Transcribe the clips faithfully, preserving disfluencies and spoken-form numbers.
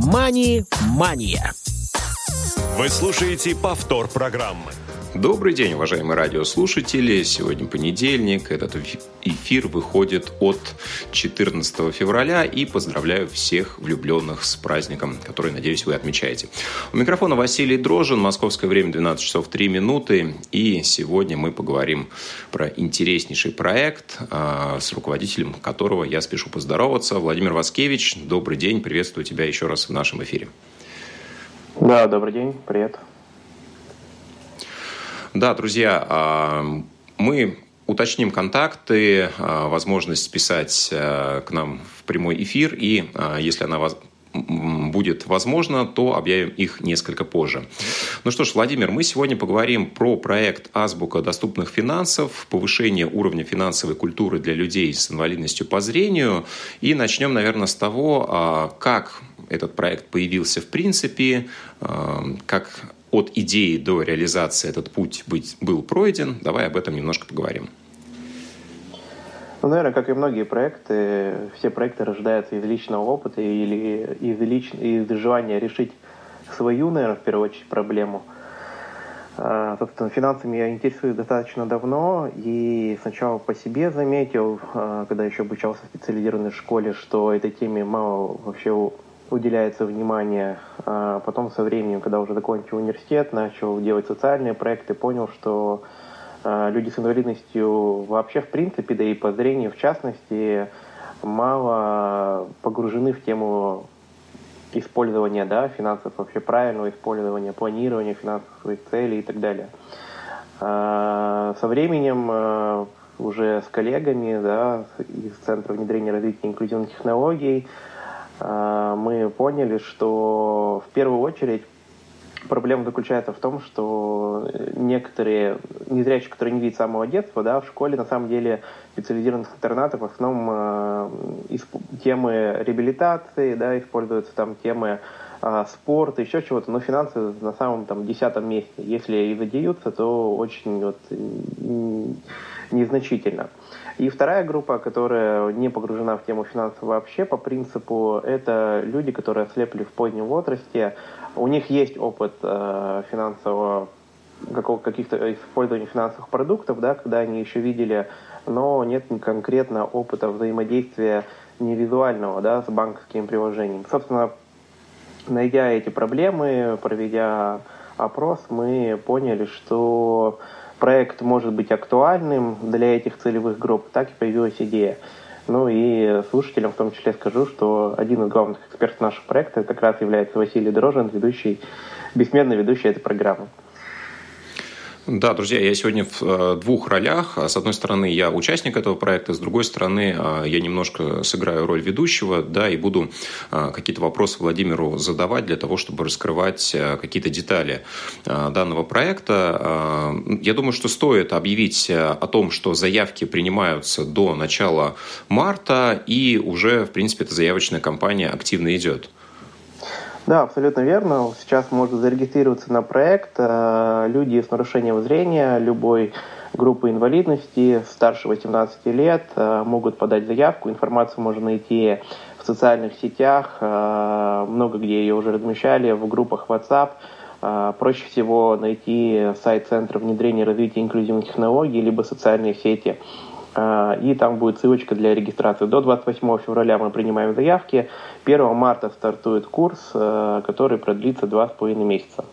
«Мани-мания». Вы слушаете повтор программы. Добрый день, уважаемые радиослушатели. Сегодня понедельник. Этот эфир выходит от четырнадцатого февраля. И поздравляю всех влюбленных с праздником, который, надеюсь, вы отмечаете. У микрофона Василий Дрожжин. Московское время двенадцать часов три минуты. И сегодня мы поговорим про интереснейший проект, с руководителем которого я спешу поздороваться. Владимир Васкевич, добрый день. Приветствую тебя еще раз в нашем эфире. Да, добрый день. Привет. Да, друзья, мы уточним контакты, возможность списать к нам в прямой эфир, и если она будет возможно, то объявим их несколько позже. Ну что ж, Владимир, мы сегодня поговорим про проект «Азбука доступных финансов», повышение уровня финансовой культуры для людей с инвалидностью по зрению. И начнем, наверное, с того, как этот проект появился в принципе, как от идеи до реализации этот путь быть, был пройден. Давай об этом немножко поговорим. Ну, наверное, как и многие проекты, все проекты рождаются из личного опыта или из, лич... из желания решить свою, наверное, в первую очередь, проблему. Собственно, финансами я интересуюсь достаточно давно, и сначала по себе заметил, когда еще обучался в специализированной школе, что этой теме мало вообще уделяется внимание. А потом со временем, когда уже закончил университет, начал делать социальные проекты, понял, что а, люди с инвалидностью вообще в принципе, да и по зрению в частности, мало погружены в тему использования, да, финансов, вообще правильного использования, планирования финансовых целей и так далее. А, со временем а, уже с коллегами, да, из Центра внедрения и развития инклюзивных технологий мы поняли, что в первую очередь проблема заключается в том, что некоторые незрячие, которые не видят с самого детства, да, в школе на самом деле специализированных интернатов в основном э, темы реабилитации, да, используются там темы э, спорта, еще чего-то, но финансы на самом там десятом месте. Если и задеются, то очень вот, незначительно. И вторая группа, которая не погружена в тему финансов вообще, по принципу, это люди, которые ослепли в позднем возрасте. У них есть опыт э, финансового, каких-то использования финансовых продуктов, да, когда они еще видели, но нет конкретно опыта взаимодействия невизуального, да, с банковским приложением. Собственно, найдя эти проблемы, проведя опрос, мы поняли, что проект может быть актуальным для этих целевых групп, так и появилась идея. Ну и слушателям в том числе скажу, что один из главных экспертов нашего проекта как раз является Василий Дрожжин, ведущий, бессменный ведущий этой программы. Да, друзья, я сегодня в двух ролях. С одной стороны, я участник этого проекта, с другой стороны, я немножко сыграю роль ведущего, да, и буду какие-то вопросы Владимиру задавать для того, чтобы раскрывать какие-то детали данного проекта. Я думаю, что стоит объявить о том, что заявки принимаются до начала марта, и уже, в принципе, эта заявочная кампания активно идет. Да, абсолютно верно. Сейчас можно зарегистрироваться на проект. Люди с нарушением зрения любой группы инвалидности старше восемнадцати лет могут подать заявку. Информацию можно найти в социальных сетях, много где ее уже размещали, в группах WhatsApp. Проще всего найти сайт Центра внедрения и развития инклюзивных технологий, либо социальные сети. И там будет ссылочка для регистрации. До двадцать восьмого февраля мы принимаем заявки. первого марта стартует курс, который продлится два с половиной месяца.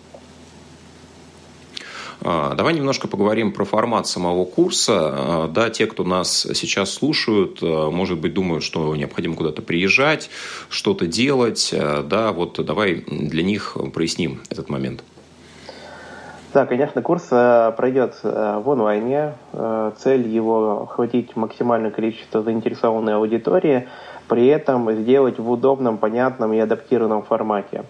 Давай немножко поговорим про формат самого курса. Да, те, кто нас сейчас слушают, может быть, думают, что необходимо куда-то приезжать, что-то делать. Да, вот давай для них проясним этот момент. Да, конечно, курс пройдет в онлайне. Цель его охватить максимальное количество заинтересованной аудитории, при этом сделать в удобном, понятном и адаптированном формате.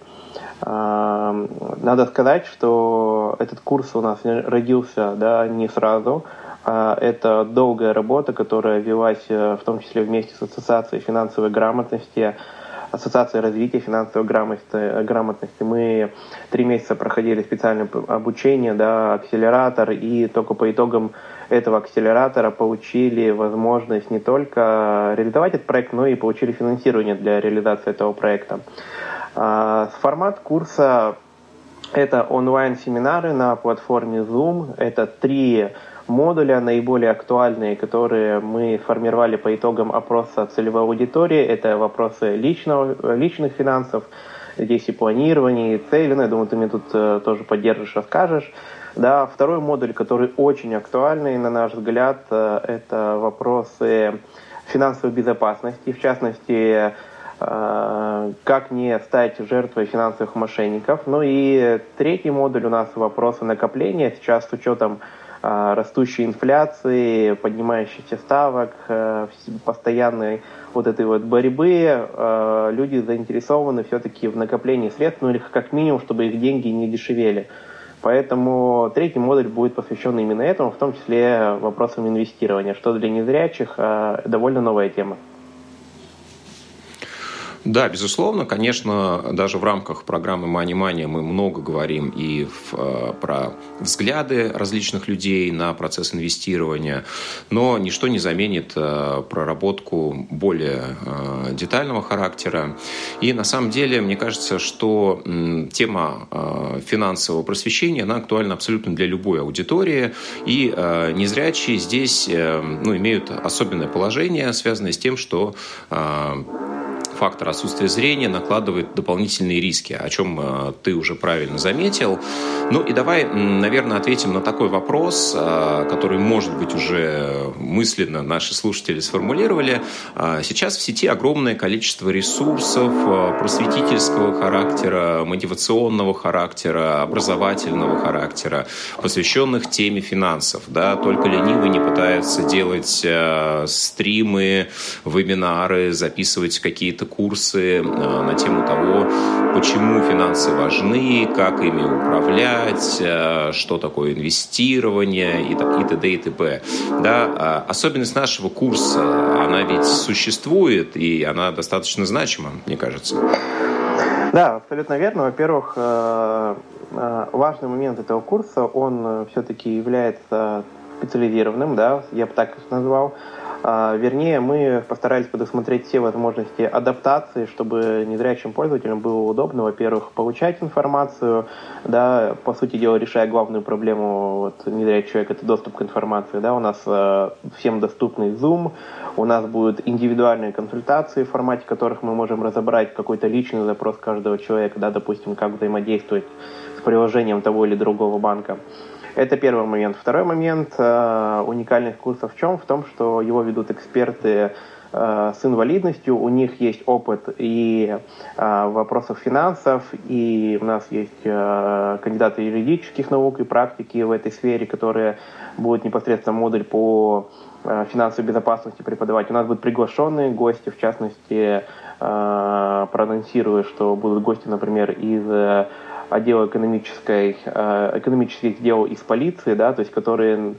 Надо сказать, что этот курс у нас родился, да, не сразу. Это долгая работа, которая велась в том числе вместе с Ассоциацией финансовой грамотности, Ассоциация развития финансовой грамотности. Мы три месяца проходили специальное обучение, да, акселератор, и только по итогам этого акселератора получили возможность не только реализовать этот проект, но и получили финансирование для реализации этого проекта. Формат курса – это онлайн-семинары на платформе Zoom. Это три модуля, наиболее актуальные, которые мы формировали по итогам опроса целевой аудитории. Это вопросы личного, личных финансов, здесь и планирование, и цели. Я думаю, ты мне тут тоже поддержишь, расскажешь. Да, второй модуль, который очень актуальный, на наш взгляд, это вопросы финансовой безопасности, в частности, как не стать жертвой финансовых мошенников. Ну и третий модуль у нас вопросы накопления. Сейчас с учетом растущей инфляции, поднимающихся ставок, постоянной вот этой вот борьбы, люди заинтересованы все-таки в накоплении средств, ну или как минимум, чтобы их деньги не дешевели. Поэтому третий модуль будет посвящен именно этому, в том числе вопросам инвестирования, что для незрячих довольно новая тема. Да, безусловно, конечно, даже в рамках программы Money Money мы много говорим и в, про взгляды различных людей на процесс инвестирования, но ничто не заменит проработку более детального характера. И на самом деле, мне кажется, что тема финансового просвещения, она актуальна абсолютно для любой аудитории, и незрячие здесь, ну, имеют особенное положение, связанное с тем, что фактор отсутствия зрения накладывает дополнительные риски, о чем э, ты уже правильно заметил. Ну и давай, наверное, ответим на такой вопрос, э, который, может быть, уже мысленно наши слушатели сформулировали. Э, сейчас в сети огромное количество ресурсов э, просветительского характера, мотивационного характера, образовательного характера, посвященных теме финансов. Да? Только ленивый не пытается делать э, стримы, вебинары, записывать какие-то курсы на тему того, почему финансы важны, как ими управлять, что такое инвестирование и т.д. и т.п. Да, особенность нашего курса, она ведь существует, и она достаточно значима, мне кажется. Да, абсолютно верно. Во-первых, важный момент этого курса, он все-таки является специализированным, да, я бы так назвал. Вернее, мы постарались предусмотреть все возможности адаптации, чтобы незрячим пользователям было удобно, во-первых, получать информацию, да, по сути дела, решая главную проблему вот, незрячего человека, это доступ к информации. Да, у нас э, всем доступный Zoom, у нас будут индивидуальные консультации, в формате которых мы можем разобрать какой-то личный запрос каждого человека, да, допустим, как взаимодействовать с приложением того или другого банка. Это первый момент. Второй момент э, уникальных курсов в чем? В том, что его ведут эксперты э, с инвалидностью, у них есть опыт и э, вопросов финансов, и у нас есть э, кандидаты юридических наук и практики в этой сфере, которые будут непосредственно модуль по э, финансовой безопасности преподавать. У нас будут приглашенные гости, в частности, э, проанонсирую, что будут гости, например, из отдела экономической, экономических дел из полиции, да, то есть которые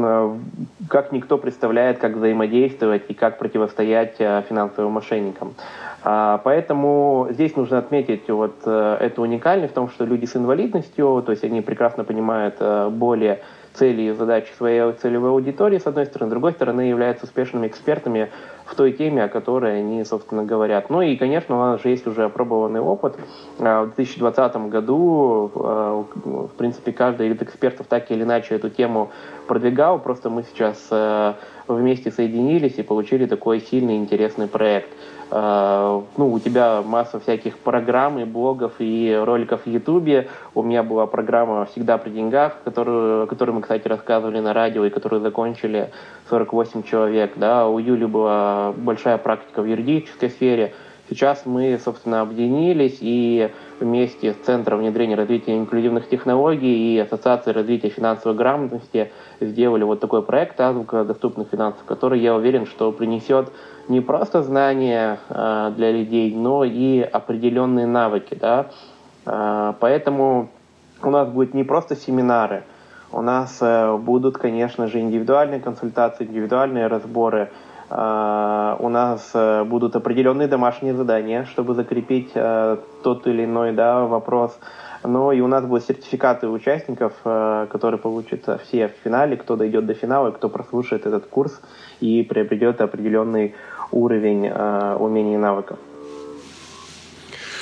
как никто представляет, как взаимодействовать и как противостоять финансовым мошенникам. Поэтому здесь нужно отметить вот эту уникальность в том, что люди с инвалидностью, то есть они прекрасно понимают более цели и задачи своей целевой аудитории, с одной стороны, с другой стороны, являются успешными экспертами в той теме, о которой они, собственно, говорят. Ну и, конечно, у нас же есть уже опробованный опыт. В две тысячи двадцатом году, в принципе, каждый из экспертов так или иначе эту тему продвигал, просто мы сейчас вместе соединились и получили такой сильный, интересный проект. Ну, у тебя масса всяких программ и блогов и роликов в Ютубе. У меня была программа «Всегда при деньгах», которую, о которой мы, кстати, рассказывали на радио и которую закончили сорок восемь человек. Да. У Юли была большая практика в юридической сфере. Сейчас мы, собственно, объединились и вместе с Центром внедрения и развития инклюзивных технологий и Ассоциацией развития финансовой грамотности сделали вот такой проект «Азбука доступных финансов», который, я уверен, что принесет не просто знания э, для людей, но и определенные навыки. Да? Э, поэтому у нас будут не просто семинары, у нас э, будут, конечно же, индивидуальные консультации, индивидуальные разборы. Uh, у нас uh, будут определенные домашние задания, чтобы закрепить uh, тот или иной да, вопрос. Но и у нас будут сертификаты участников, uh, которые получат все в финале, кто дойдет до финала, кто прослушает этот курс и приобретет определенный уровень uh, умений и навыков.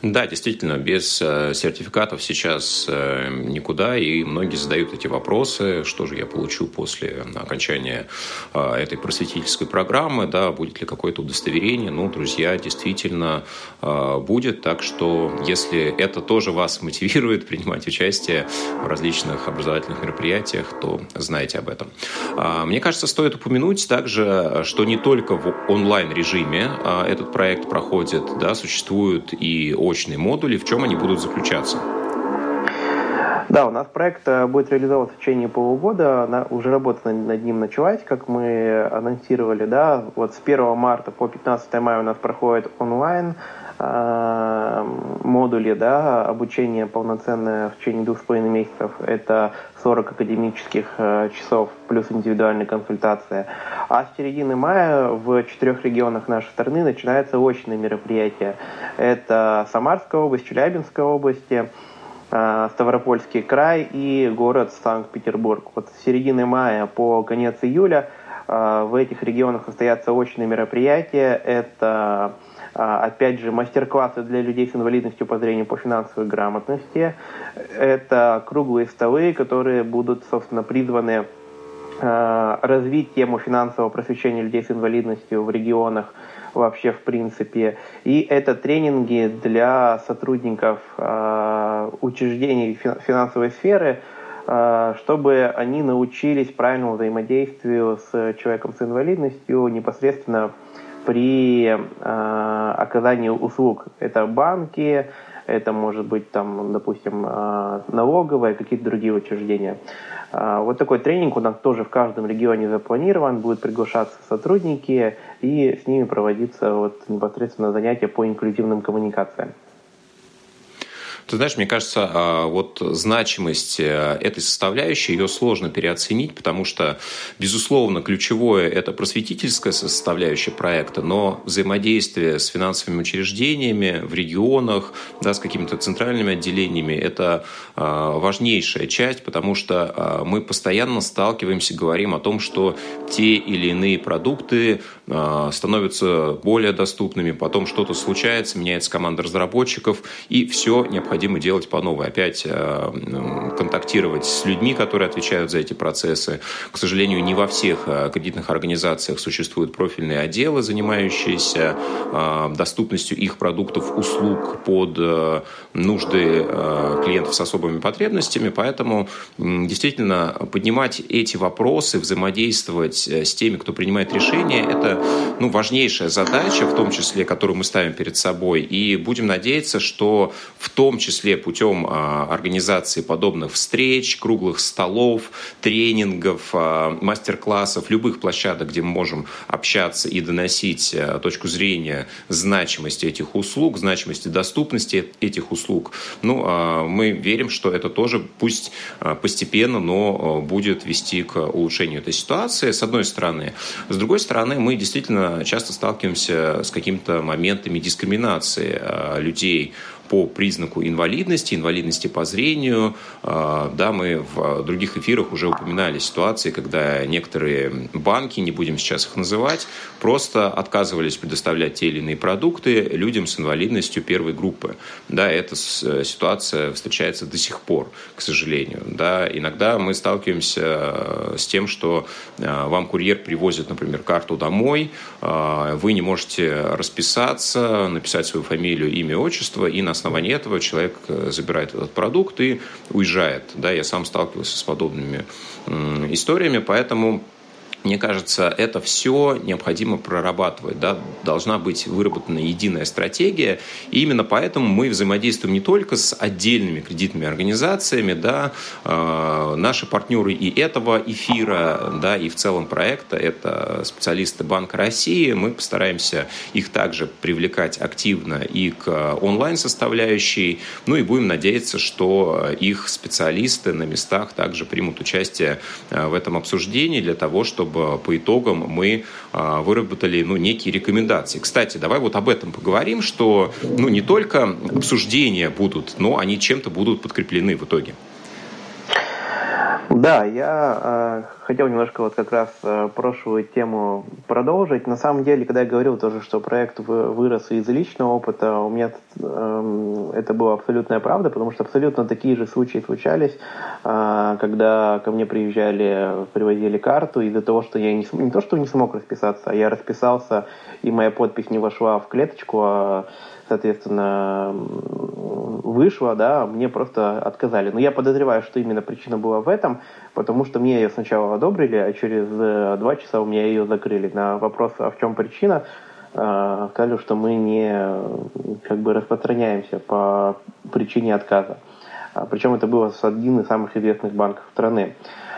Да, действительно, без сертификатов сейчас никуда, и многие задают эти вопросы, что же я получу после окончания этой просветительской программы, да, будет ли какое-то удостоверение. Ну, друзья, действительно будет, так что если это тоже вас мотивирует принимать участие в различных образовательных мероприятиях, то знайте об этом. Мне кажется, стоит упомянуть также, что не только в онлайн-режиме этот проект проходит, да, существуют и очные модули. В чем они будут заключаться? Да, у нас проект будет реализовываться в течение полугода. Уже работа над ним началась, как мы анонсировали. Да? Вот с первого марта по пятнадцатое мая у нас проходит онлайн э, модули, да, обучение полноценное в течение двух с половиной месяцев. Это сорок академических э, часов плюс индивидуальная консультация. А с середины мая в четырех регионах нашей страны начинается очное мероприятие. Это Самарская область, Челябинская область, Ставропольский край и город Санкт-Петербург. Вот с середины мая по конец июля в этих регионах состоятся очные мероприятия. Это, опять же, мастер-классы для людей с инвалидностью по зрению по финансовой грамотности. Это круглые столы, которые будут, собственно, призваны развить тему финансового просвещения людей с инвалидностью в регионах вообще в принципе. И это тренинги для сотрудников э, учреждений финансовой сферы, э, чтобы они научились правильному взаимодействию с человеком с инвалидностью непосредственно при э, оказании услуг. Это банки, это может быть, там, допустим, э, налоговые, какие-то другие учреждения. Вот такой тренинг у нас тоже в каждом регионе запланирован, будут приглашаться сотрудники и с ними проводиться вот непосредственно занятия по инклюзивным коммуникациям. Ты знаешь, мне кажется, вот значимость этой составляющей, ее сложно переоценить, потому что, безусловно, ключевое – это просветительская составляющая проекта, но взаимодействие с финансовыми учреждениями в регионах, да, с какими-то центральными отделениями – это важнейшая часть, потому что мы постоянно сталкиваемся, говорим о том, что те или иные продукты становятся более доступными, потом что-то случается, меняется команда разработчиков, и все необходимо делать по новой. Опять э, контактировать с людьми, которые отвечают за эти процессы. К сожалению, не во всех э, кредитных организациях существуют профильные отделы, занимающиеся э, доступностью их продуктов, услуг под э, нужды э, клиентов с особыми потребностями. Поэтому э, действительно поднимать эти вопросы, взаимодействовать с теми, кто принимает решения, это, ну, важнейшая задача, в том числе, которую мы ставим перед собой. И будем надеяться, что в том числе числе путем а, организации подобных встреч, круглых столов, тренингов, а, мастер-классов, любых площадок, где мы можем общаться и доносить а, точку зрения значимости этих услуг, значимости доступности этих услуг. Ну, а, мы верим, что это тоже, пусть а, постепенно, но а, будет вести к улучшению этой ситуации, с одной стороны. С другой стороны, мы действительно часто сталкиваемся с какими-то моментами дискриминации а, людей по признаку инвалидности, инвалидности по зрению. Да, мы в других эфирах уже упоминали ситуации, когда некоторые банки, не будем сейчас их называть, просто отказывались предоставлять те или иные продукты людям с инвалидностью первой группы. Да, эта ситуация встречается до сих пор, к сожалению. Да, иногда мы сталкиваемся с тем, что вам курьер привозит, например, карту домой, вы не можете расписаться, написать свою фамилию, имя, отчество, и на основании этого человек забирает этот продукт и уезжает. Да, я сам сталкивался с подобными историями, поэтому мне кажется, это все необходимо прорабатывать. Да? Должна быть выработана единая стратегия. И именно поэтому мы взаимодействуем не только с отдельными кредитными организациями. Да? Э, наши партнеры и этого эфира, да, и в целом проекта – это специалисты Банка России. Мы постараемся их также привлекать активно и к онлайн-составляющей. Ну и будем надеяться, что их специалисты на местах также примут участие в этом обсуждении для того, чтобы по итогам мы а, выработали, ну, некие рекомендации. Кстати, давай вот об этом поговорим, что, ну, не только обсуждения будут, но они чем-то будут подкреплены в итоге. Да, я э, хотел немножко вот как раз э, прошлую тему продолжить. На самом деле, когда я говорил тоже, что проект вы, вырос из личного опыта, у меня э, это была абсолютная правда, потому что абсолютно такие же случаи случались, э, когда ко мне приезжали, привозили карту из-за того, что я не, не то, что не смог расписаться, а я расписался, и моя подпись не вошла в клеточку, а соответственно, вышла, да, мне просто отказали. Но я подозреваю, что именно причина была в этом, потому что мне ее сначала одобрили, а через два часа у меня ее закрыли. На вопрос, а в чем причина, сказали, что мы не как бы распространяемся по причине отказа. Причем это было с одним из самых известных банков страны.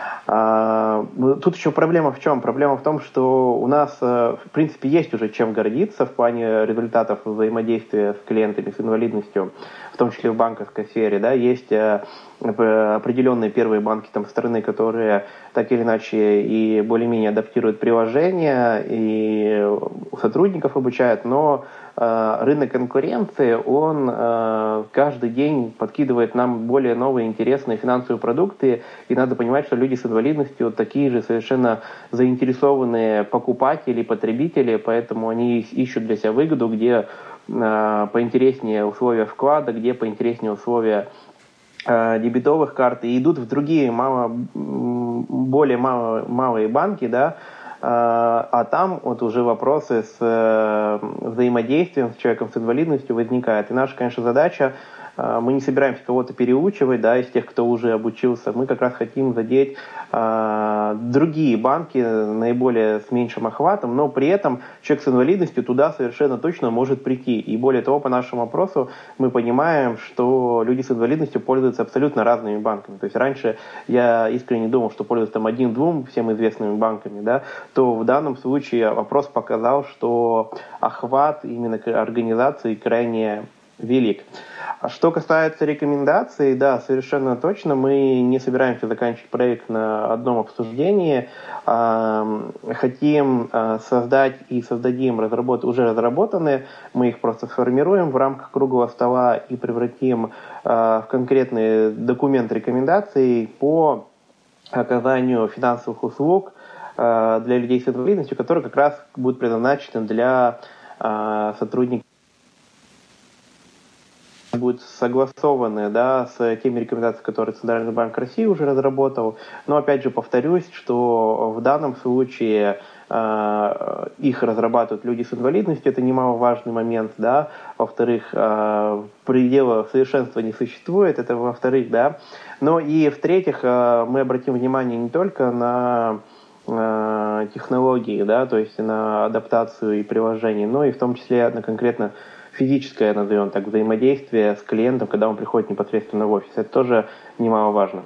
Тут еще проблема в чем? Проблема в том, что у нас, в принципе, есть уже чем гордиться в плане результатов взаимодействия с клиентами с инвалидностью, в том числе в банковской сфере. Да? Есть определенные первые банки там, страны, которые так или иначе и более-менее адаптируют приложения, и сотрудников обучают, но рынок конкуренции, он э, каждый день подкидывает нам более новые интересные финансовые продукты, и надо понимать, что люди с инвалидностью такие же совершенно заинтересованные покупатели, потребители, поэтому они ищут для себя выгоду, где э, поинтереснее условия вклада, где поинтереснее условия э, дебетовых карт, и идут в другие мало, более мало, малые банки, да, а там вот уже вопросы с взаимодействием с человеком с инвалидностью возникают. И наша, конечно, задача, мы не собираемся кого-то переучивать, да, из тех, кто уже обучился. Мы как раз хотим задеть э, другие банки, наиболее с меньшим охватом, но при этом человек с инвалидностью туда совершенно точно может прийти. И более того, по нашему опросу мы понимаем, что люди с инвалидностью пользуются абсолютно разными банками. То есть раньше я искренне думал, что пользуются там один-двум всем известными банками, да, то в данном случае опрос показал, что охват именно организации крайне велик. А что касается рекомендаций, да, совершенно точно, мы не собираемся заканчивать проект на одном обсуждении. Хотим создать и создадим разработ... уже разработанные, мы их просто сформируем в рамках круглого стола и превратим в конкретный документ рекомендаций по оказанию финансовых услуг для людей с инвалидностью, которые как раз будут предназначены для сотрудников, будут согласованы, да, с теми рекомендациями, которые Центральный банк России уже разработал. Но опять же повторюсь, что в данном случае э, их разрабатывают люди с инвалидностью, это немаловажный момент, да. Во-вторых, э, предела совершенства не существует, это во-вторых, да. Но и в-третьих, э, мы обратим внимание не только на э, технологии, да, то есть на адаптацию и приложений, но и в том числе на конкретно физическое, назовем так, взаимодействие с клиентом, когда он приходит непосредственно в офис. Это тоже немаловажно.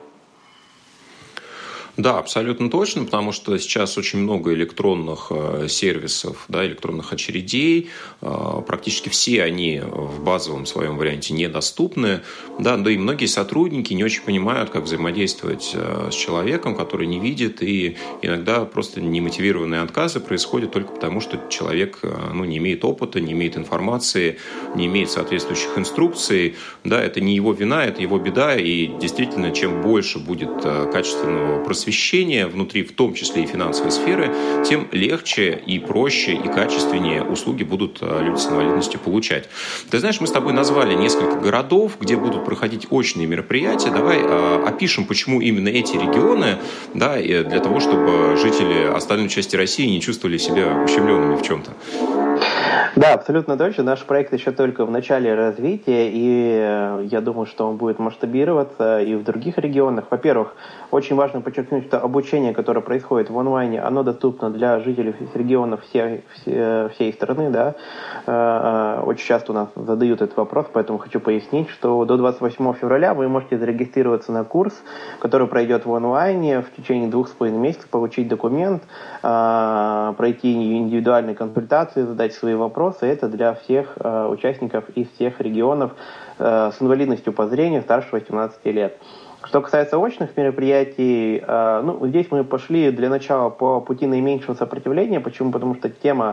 Да, абсолютно точно, потому что сейчас очень много электронных сервисов, да, электронных очередей, практически все они в базовом своем варианте недоступны, да, да и многие сотрудники не очень понимают, как взаимодействовать с человеком, который не видит, и иногда просто немотивированные отказы происходят только потому, что человек, ну, не имеет опыта, не имеет информации, не имеет соответствующих инструкций, да, это не его вина, это его беда, и действительно, чем больше будет качественного просвещения внутри, в том числе и финансовой сферы, тем легче и проще и качественнее услуги будут люди с инвалидностью получать. Ты знаешь, мы с тобой назвали несколько городов, где будут проходить очные мероприятия. Давай э, опишем, почему именно эти регионы, да, для того, чтобы жители остальной части России не чувствовали себя ущемленными в чем-то. Да, абсолютно точно. Наш проект еще только в начале развития, и я думаю, что он будет масштабироваться и в других регионах. Во-первых, очень важно подчеркнуть, что обучение, которое происходит в онлайне, оно доступно для жителей регионов всей, всей, всей страны. Да? Очень часто у нас задают этот вопрос, поэтому хочу пояснить, что до двадцать восьмого февраля вы можете зарегистрироваться на курс, который пройдет в онлайне в течение двух с половиной месяцев, получить документ, пройти индивидуальные консультации, задать свои вопросы. Это для всех э, участников из всех регионов э, с инвалидностью по зрению старше восемнадцати лет. Что касается очных мероприятий, э, ну, здесь мы пошли для начала по пути наименьшего сопротивления. Почему? Потому что тема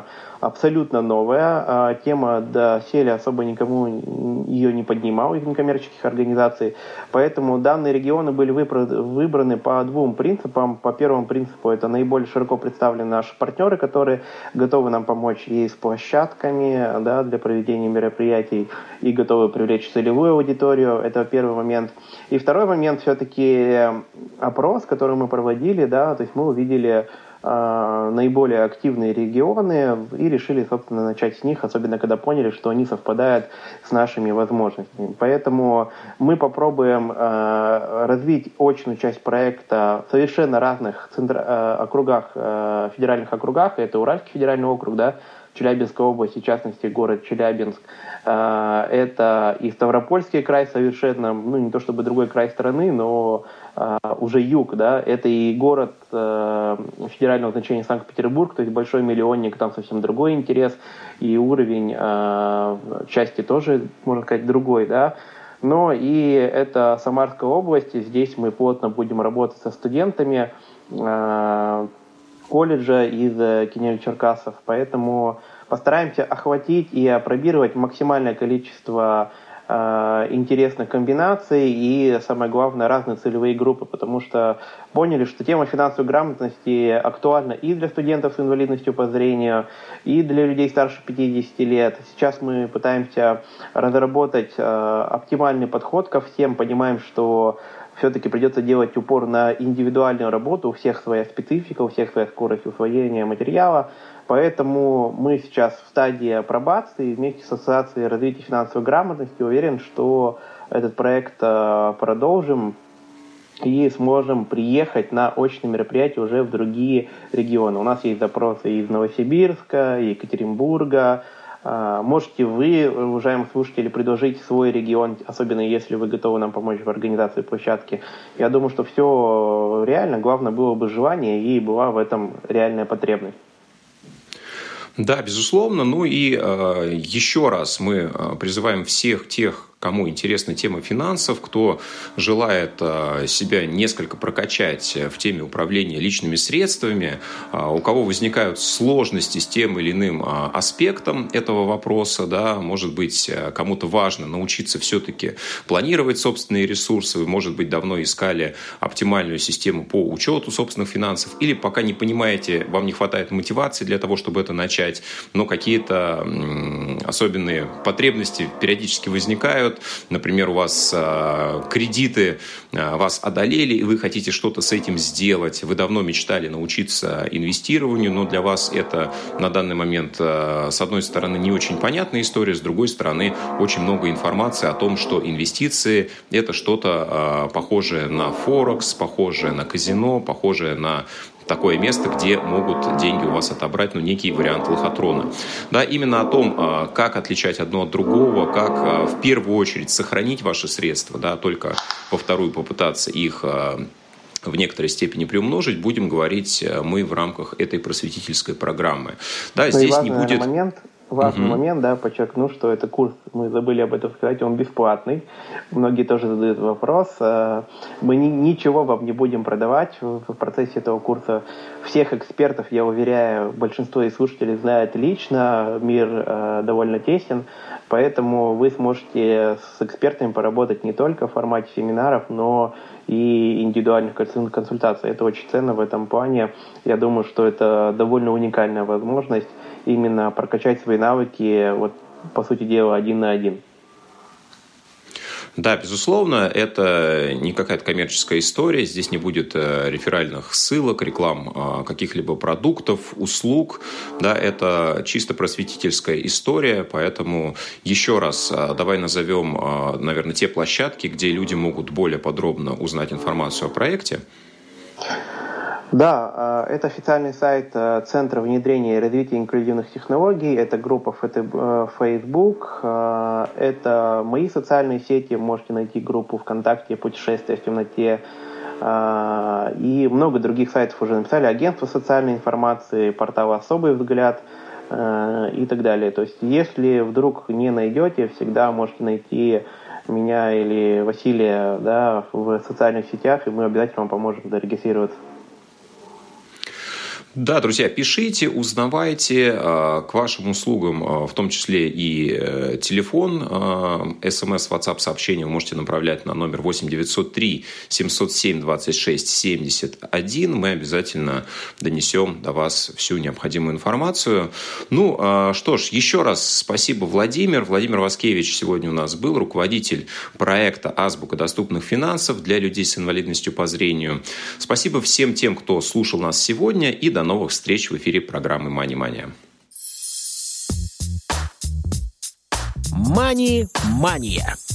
абсолютно новая. Тема доселе особо никому ее не поднимал из некоммерческих организаций. Поэтому данные регионы были выбраны по двум принципам. По первому принципу это наиболее широко представлены наши партнеры, которые готовы нам помочь и с площадками, да, для проведения мероприятий, и готовы привлечь целевую аудиторию. Это первый момент. И второй момент все-таки опрос, который мы проводили, да, то есть мы увидели наиболее активные регионы и решили, собственно, начать с них, особенно когда поняли, что они совпадают с нашими возможностями. Поэтому мы попробуем э, развить очную часть проекта в совершенно разных центр, э, округах, э, федеральных округах. Это Уральский федеральный округ, да, Челябинская область, в частности, город Челябинск. Э, это и Ставропольский край совершенно, ну, не то чтобы другой край страны, но Uh, уже юг, да, это и город uh, федерального значения Санкт-Петербург, то есть большой миллионник, там совсем другой интерес, и уровень uh, части тоже, можно сказать, другой, да. Но и это Самарская область, и здесь мы плотно будем работать со студентами uh, колледжа из Кинель-Черкасов, поэтому постараемся охватить и опробировать максимальное количество интересных комбинаций и, самое главное, разные целевые группы, потому что поняли, что тема финансовой грамотности актуальна и для студентов с инвалидностью по зрению, и для людей старше пятидесяти лет. Сейчас мы пытаемся разработать э, оптимальный подход ко всем, понимаем, что все-таки придется делать упор на индивидуальную работу, у всех своя специфика, у всех своя скорость усвоения материала. Поэтому мы сейчас в стадии апробации вместе с Ассоциацией развития финансовой грамотности уверен, что этот проект продолжим и сможем приехать на очные мероприятия уже в другие регионы. У нас есть запросы из Новосибирска, Екатеринбурга. Можете вы, уважаемые слушатели, предложить свой регион, особенно если вы готовы нам помочь в организации площадки. Я думаю, что все реально. Главное было бы желание и была в этом реальная потребность. Да, безусловно. Ну и э, еще раз мы призываем всех тех, кому интересна тема финансов, кто желает себя несколько прокачать в теме управления личными средствами, у кого возникают сложности с тем или иным аспектом этого вопроса, да, может быть, кому-то важно научиться все-таки планировать собственные ресурсы, вы, может быть, давно искали оптимальную систему по учету собственных финансов, или пока не понимаете, вам не хватает мотивации для того, чтобы это начать, но какие-то особенные потребности периодически возникают. Например, у вас э, кредиты э, вас одолели, и вы хотите что-то с этим сделать. Вы давно мечтали научиться инвестированию, но для вас это на данный момент, э, с одной стороны, не очень понятная история, с другой стороны, очень много информации о том, что инвестиции – это что-то э, похожее на Форекс, похожее на казино, похожее на такое место, где могут деньги у вас отобрать, ну, некий вариант лохотрона. Да, именно о том, как отличать одно от другого, как в первую очередь сохранить ваши средства, да, только во вторую попытаться их в некоторой степени приумножить, будем говорить мы в рамках этой просветительской программы. Да, ну здесь не будет... Момент. Важный угу. момент, да, подчеркну, что это курс, мы забыли об этом сказать, он бесплатный. Многие тоже задают вопрос. Мы ни, ничего вам не будем продавать в процессе этого курса. Всех экспертов, я уверяю, большинство из слушателей знает лично, мир э, довольно тесен, поэтому вы сможете с экспертами поработать не только в формате семинаров, но и индивидуальных консультаций. Это очень ценно в этом плане. Я думаю, что это довольно уникальная возможность именно прокачать свои навыки, вот, по сути дела, один на один. Да, безусловно, это не какая-то коммерческая история, здесь не будет реферальных ссылок, реклам каких-либо продуктов, услуг, да, это чисто просветительская история, поэтому еще раз давай назовем, наверное, те площадки, где люди могут более подробно узнать информацию о проекте. Да, это официальный сайт Центра внедрения и развития инклюзивных технологий, это группа Facebook, это мои социальные сети, можете найти группу ВКонтакте «Путешествия в темноте», и много других сайтов уже написали, агентство социальной информации, портал «Особый взгляд» и так далее. То есть, если вдруг не найдете, всегда можете найти меня или Василия, да, в социальных сетях, и мы обязательно вам поможем зарегистрироваться. Да, друзья, пишите, узнавайте. К вашим услугам, в том числе и телефон, смс, WhatsApp сообщения вы можете направлять на номер восемь девятьсот три семьсот семь двадцать шесть семьдесят один. Мы обязательно донесем до вас всю необходимую информацию. Ну, что ж, еще раз спасибо, Владимир. Владимир Васкевич сегодня у нас был, руководитель проекта «Азбука доступных финансов» для людей с инвалидностью по зрению. Спасибо всем тем, кто слушал нас сегодня, и до новых встреч в эфире программы «Мани-мания». «Мани-мания».